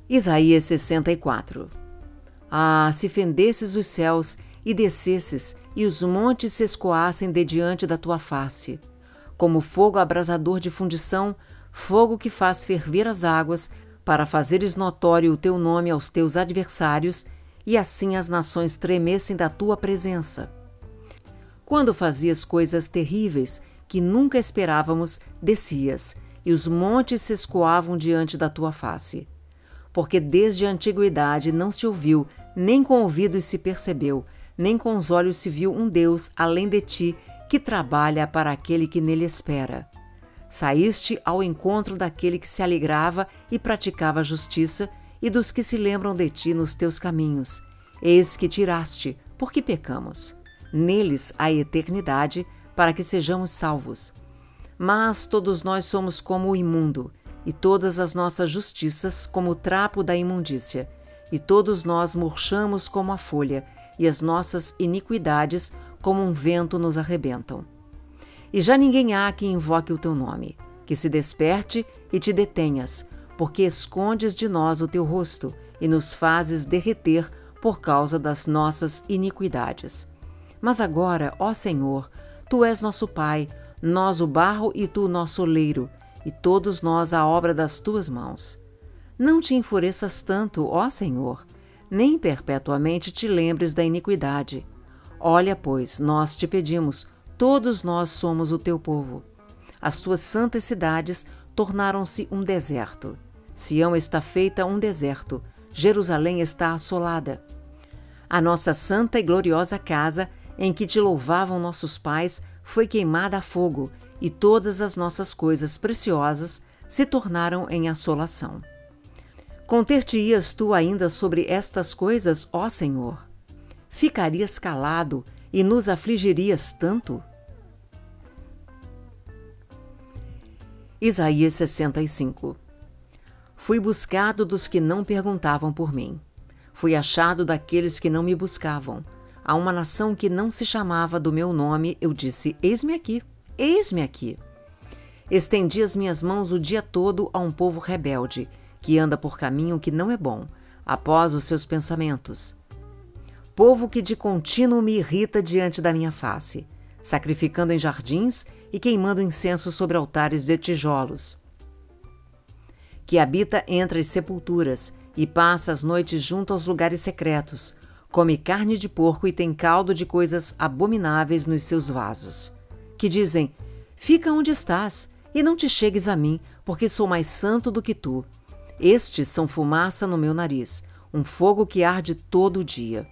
Isaías 64. Ah, se fendesses os céus e descesses, e os montes se escoassem de diante da tua face, como fogo abrasador de fundição, fogo que faz ferver as águas, para fazeres notório o teu nome aos teus adversários, e assim as nações tremessem da tua presença. Quando fazias coisas terríveis que nunca esperávamos, descias, e os montes se escoavam diante da tua face. Porque desde a antiguidade não se ouviu, nem com ouvidos se percebeu, nem com os olhos se viu um Deus além de ti, que trabalha para aquele que nele espera. Saíste ao encontro daquele que se alegrava e praticava a justiça, e dos que se lembram de ti nos teus caminhos. Eis que tiraste, porque pecamos. Neles há eternidade, para que sejamos salvos. Mas todos nós somos como o imundo, e todas as nossas justiças como o trapo da imundícia, e todos nós murchamos como a folha, e as nossas iniquidades como um vento nos arrebentam. E já ninguém há que invoque o teu nome, que se desperte e te detenhas, porque escondes de nós o teu rosto, e nos fazes derreter por causa das nossas iniquidades. Mas agora, ó Senhor, tu és nosso Pai, nós o barro e tu o nosso oleiro, e todos nós a obra das tuas mãos. Não te enfureças tanto, ó Senhor, nem perpetuamente te lembres da iniquidade. Olha, pois, nós te pedimos, todos nós somos o teu povo. As tuas santas cidades tornaram-se um deserto. Sião está feita um deserto, Jerusalém está assolada. A nossa santa e gloriosa casa, em que te louvavam nossos pais, foi queimada a fogo, e todas as nossas coisas preciosas se tornaram em assolação. Conter-te-ias tu ainda sobre estas coisas, ó Senhor? Ficarias calado e nos afligirias tanto? Isaías 65. Fui buscado dos que não perguntavam por mim. Fui achado daqueles que não me buscavam. A uma nação que não se chamava do meu nome, eu disse, eis-me aqui, eis-me aqui. Estendi as minhas mãos o dia todo a um povo rebelde, que anda por caminho que não é bom, após os seus pensamentos. Povo que de contínuo me irrita diante da minha face, sacrificando em jardins e queimando incenso sobre altares de tijolos. Que habita entre as sepulturas e passa as noites junto aos lugares secretos, come carne de porco e tem caldo de coisas abomináveis nos seus vasos. Que dizem, fica onde estás e não te chegues a mim, porque sou mais santo do que tu. Estes são fumaça no meu nariz, um fogo que arde todo o dia.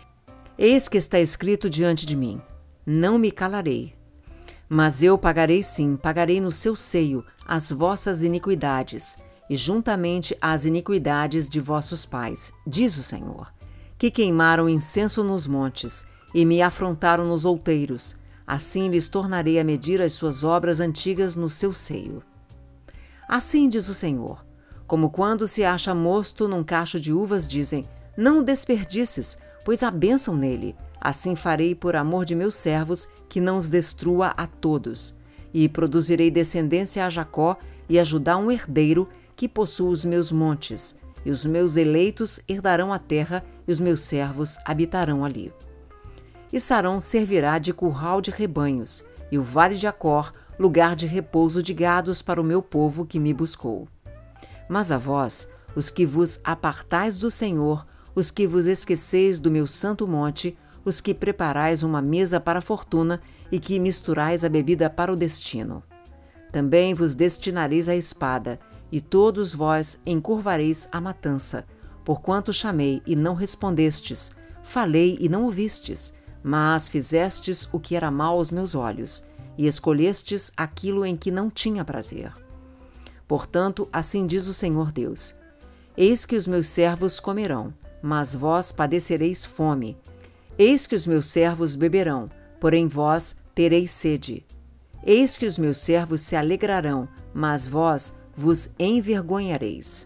Eis que está escrito diante de mim, não me calarei. Mas eu pagarei sim, pagarei no seu seio as vossas iniquidades, e juntamente as iniquidades de vossos pais, diz o Senhor, que queimaram incenso nos montes, e me afrontaram nos outeiros, assim lhes tornarei a medir as suas obras antigas no seu seio. Assim diz o Senhor, como quando se acha mosto num cacho de uvas, dizem, não o desperdices, pois há bênção nele. Assim farei por amor de meus servos, que não os destrua a todos. E produzirei descendência a Jacó e a Judá um herdeiro que possua os meus montes. E os meus eleitos herdarão a terra e os meus servos habitarão ali. E Sarão servirá de curral de rebanhos, e o vale de Acor, lugar de repouso de gados para o meu povo que me buscou. Mas a vós, os que vos apartais do Senhor, os que vos esqueceis do meu santo monte, os que preparais uma mesa para a fortuna e que misturais a bebida para o destino. Também vos destinareis à espada, e todos vós encurvareis a matança, porquanto chamei e não respondestes, falei e não ouvistes, mas fizestes o que era mal aos meus olhos, e escolhestes aquilo em que não tinha prazer. Portanto, assim diz o Senhor Deus, eis que os meus servos comerão, mas vós padecereis fome. Eis que os meus servos beberão, porém vós tereis sede. Eis que os meus servos se alegrarão, mas vós vos envergonhareis.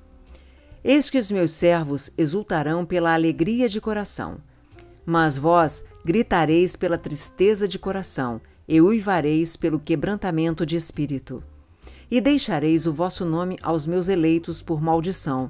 Eis que os meus servos exultarão pela alegria de coração, mas vós gritareis pela tristeza de coração e uivareis pelo quebrantamento de espírito. E deixareis o vosso nome aos meus eleitos por maldição,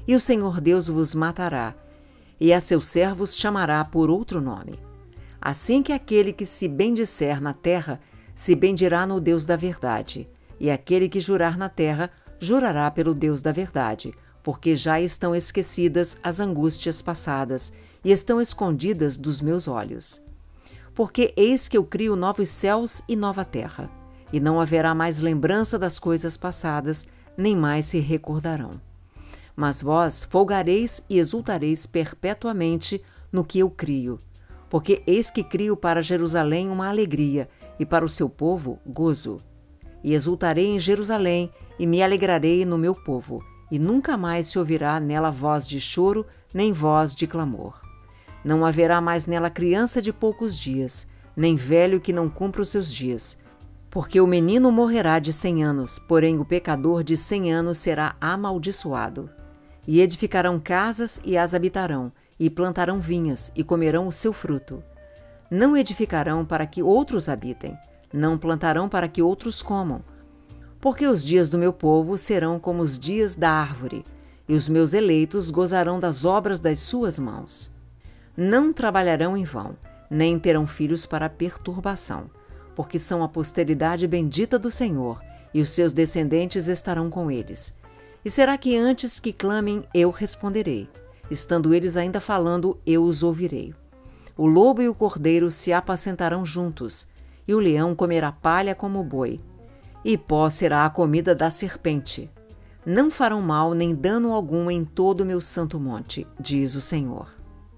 e o Senhor Deus vos matará, e a seus servos chamará por outro nome. Assim que aquele que se bendisser na terra, se bendirá no Deus da verdade, e aquele que jurar na terra, jurará pelo Deus da verdade, porque já estão esquecidas as angústias passadas, e estão escondidas dos meus olhos. Porque eis que eu crio novos céus e nova terra, e não haverá mais lembrança das coisas passadas, nem mais se recordarão. Mas vós folgareis e exultareis perpetuamente no que eu crio, porque eis que crio para Jerusalém uma alegria, e para o seu povo gozo. E exultarei em Jerusalém, e me alegrarei no meu povo, e nunca mais se ouvirá nela voz de choro, nem voz de clamor. Não haverá mais nela criança de poucos dias, nem velho que não cumpra os seus dias. Porque o menino morrerá de 100 anos, porém o pecador de 100 anos será amaldiçoado. E edificarão casas e as habitarão, e plantarão vinhas, e comerão o seu fruto. Não edificarão para que outros habitem, não plantarão para que outros comam. Porque os dias do meu povo serão como os dias da árvore, e os meus eleitos gozarão das obras das suas mãos. Não trabalharão em vão, nem terão filhos para perturbação, porque são a posteridade bendita do Senhor, e os seus descendentes estarão com eles. E será que antes que clamem, eu responderei? Estando eles ainda falando, eu os ouvirei. O lobo e o cordeiro se apacentarão juntos, e o leão comerá palha como o boi. E pó será a comida da serpente. Não farão mal nem dano algum em todo o meu santo monte, diz o Senhor.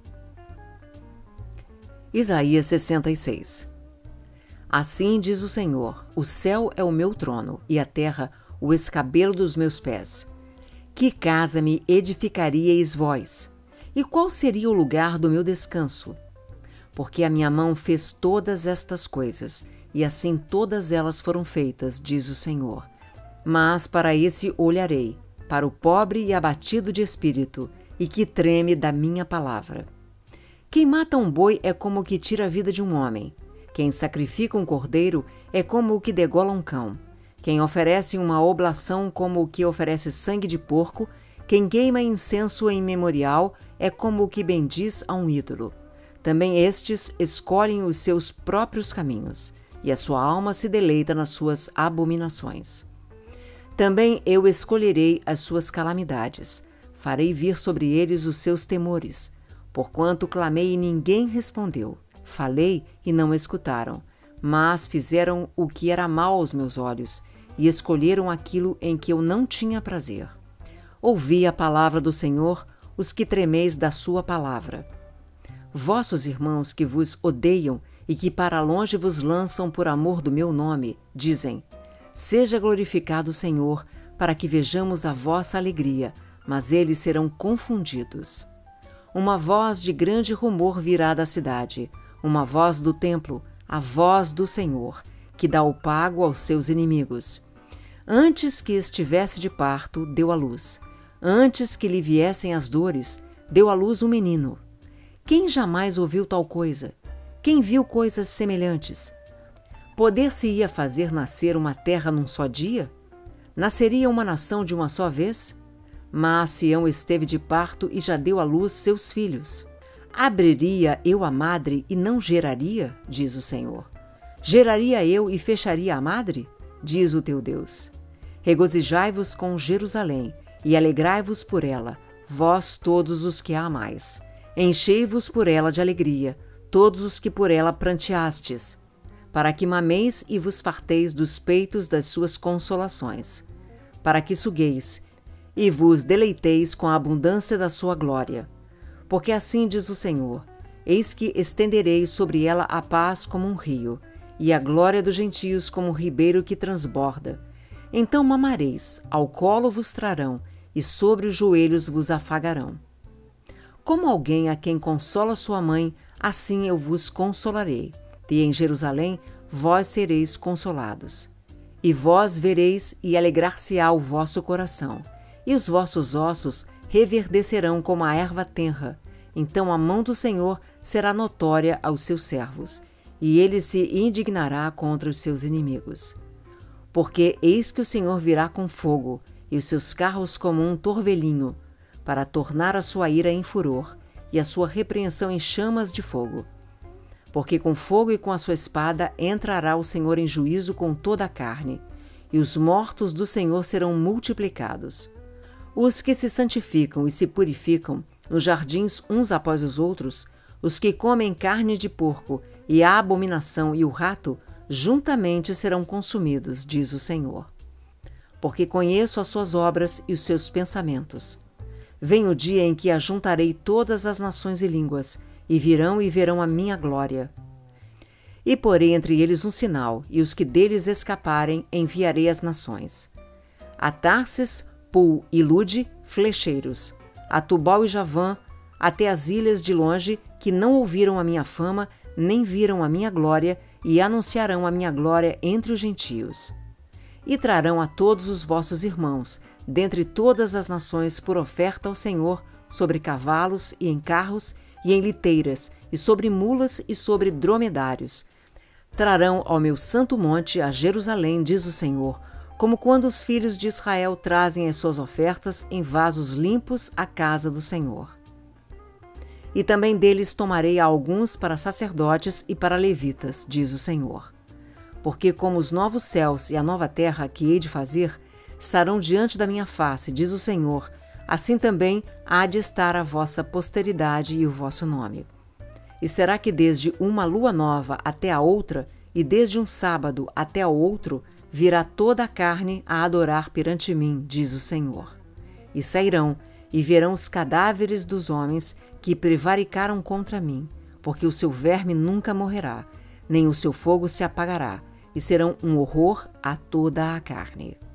Isaías 66. Assim diz o Senhor: o céu é o meu trono, e a terra o escabelo dos meus pés. Que casa me edificaríeis vós? E qual seria o lugar do meu descanso? Porque a minha mão fez todas estas coisas, e assim todas elas foram feitas, diz o Senhor. Mas para esse olharei, para o pobre e abatido de espírito, e que treme da minha palavra. Quem mata um boi é como o que tira a vida de um homem. Quem sacrifica um cordeiro é como o que degola um cão. Quem oferece uma oblação como o que oferece sangue de porco, quem queima incenso em memorial é como o que bendiz a um ídolo. Também estes escolhem os seus próprios caminhos, e a sua alma se deleita nas suas abominações. Também eu escolherei as suas calamidades, farei vir sobre eles os seus temores. Porquanto clamei e ninguém respondeu, falei e não escutaram, mas fizeram o que era mal aos meus olhos, e escolheram aquilo em que eu não tinha prazer. Ouvi a palavra do Senhor, os que tremeis da sua palavra. Vossos irmãos que vos odeiam e que para longe vos lançam por amor do meu nome, dizem: seja glorificado o Senhor, para que vejamos a vossa alegria, mas eles serão confundidos. Uma voz de grande rumor virá da cidade, uma voz do templo, a voz do Senhor, que dá o pago aos seus inimigos. Antes que estivesse de parto, deu à luz. Antes que lhe viessem as dores, deu à luz um menino. Quem jamais ouviu tal coisa? Quem viu coisas semelhantes? Poder-se-ia fazer nascer uma terra num só dia? Nasceria uma nação de uma só vez? Mas Sião esteve de parto e já deu à luz seus filhos. Abriria eu a madre e não geraria, diz o Senhor. Geraria eu e fecharia a madre? Diz o teu Deus. Regozijai-vos com Jerusalém e alegrai-vos por ela, vós todos os que a amais. Enchei-vos por ela de alegria, todos os que por ela pranteastes, para que mameis e vos farteis dos peitos das suas consolações, para que sugueis e vos deleiteis com a abundância da sua glória. Porque assim diz o Senhor: eis que estenderei sobre ela a paz como um rio, e a glória dos gentios como um ribeiro que transborda. Então mamareis, ao colo vos trarão, e sobre os joelhos vos afagarão. Como alguém a quem consola sua mãe, assim eu vos consolarei, e em Jerusalém vós sereis consolados. E vós vereis e alegrar-se-á o vosso coração, e os vossos ossos reverdecerão como a erva tenra. Então a mão do Senhor será notória aos seus servos, e ele se indignará contra os seus inimigos. Porque eis que o Senhor virá com fogo, e os seus carros como um torvelinho, para tornar a sua ira em furor e a sua repreensão em chamas de fogo. Porque com fogo e com a sua espada entrará o Senhor em juízo com toda a carne, e os mortos do Senhor serão multiplicados. Os que se santificam e se purificam nos jardins uns após os outros, os que comem carne de porco e a abominação e o rato, juntamente serão consumidos, diz o Senhor. Porque conheço as suas obras e os seus pensamentos. Vem o dia em que ajuntarei todas as nações e línguas, e virão e verão a minha glória. E porei entre eles um sinal, e os que deles escaparem enviarei às nações. A Tarsis, Pul e Lude, flecheiros. A Tubal e Javã, até as ilhas de longe, que não ouviram a minha fama, nem viram a minha glória, e anunciarão a minha glória entre os gentios. E trarão a todos os vossos irmãos, dentre todas as nações, por oferta ao Senhor, sobre cavalos e em carros, e em liteiras, e sobre mulas e sobre dromedários. Trarão ao meu santo monte, a Jerusalém, diz o Senhor, como quando os filhos de Israel trazem as suas ofertas em vasos limpos à casa do Senhor. E também deles tomarei a alguns para sacerdotes e para levitas, diz o Senhor. Porque como os novos céus e a nova terra que hei de fazer estarão diante da minha face, diz o Senhor, assim também há de estar a vossa posteridade e o vosso nome. E será que desde uma lua nova até a outra, e desde um sábado até ao outro, virá toda a carne a adorar perante mim, diz o Senhor. E sairão, e verão os cadáveres dos homens que prevaricaram contra mim, porque o seu verme nunca morrerá, nem o seu fogo se apagará, e serão um horror a toda a carne.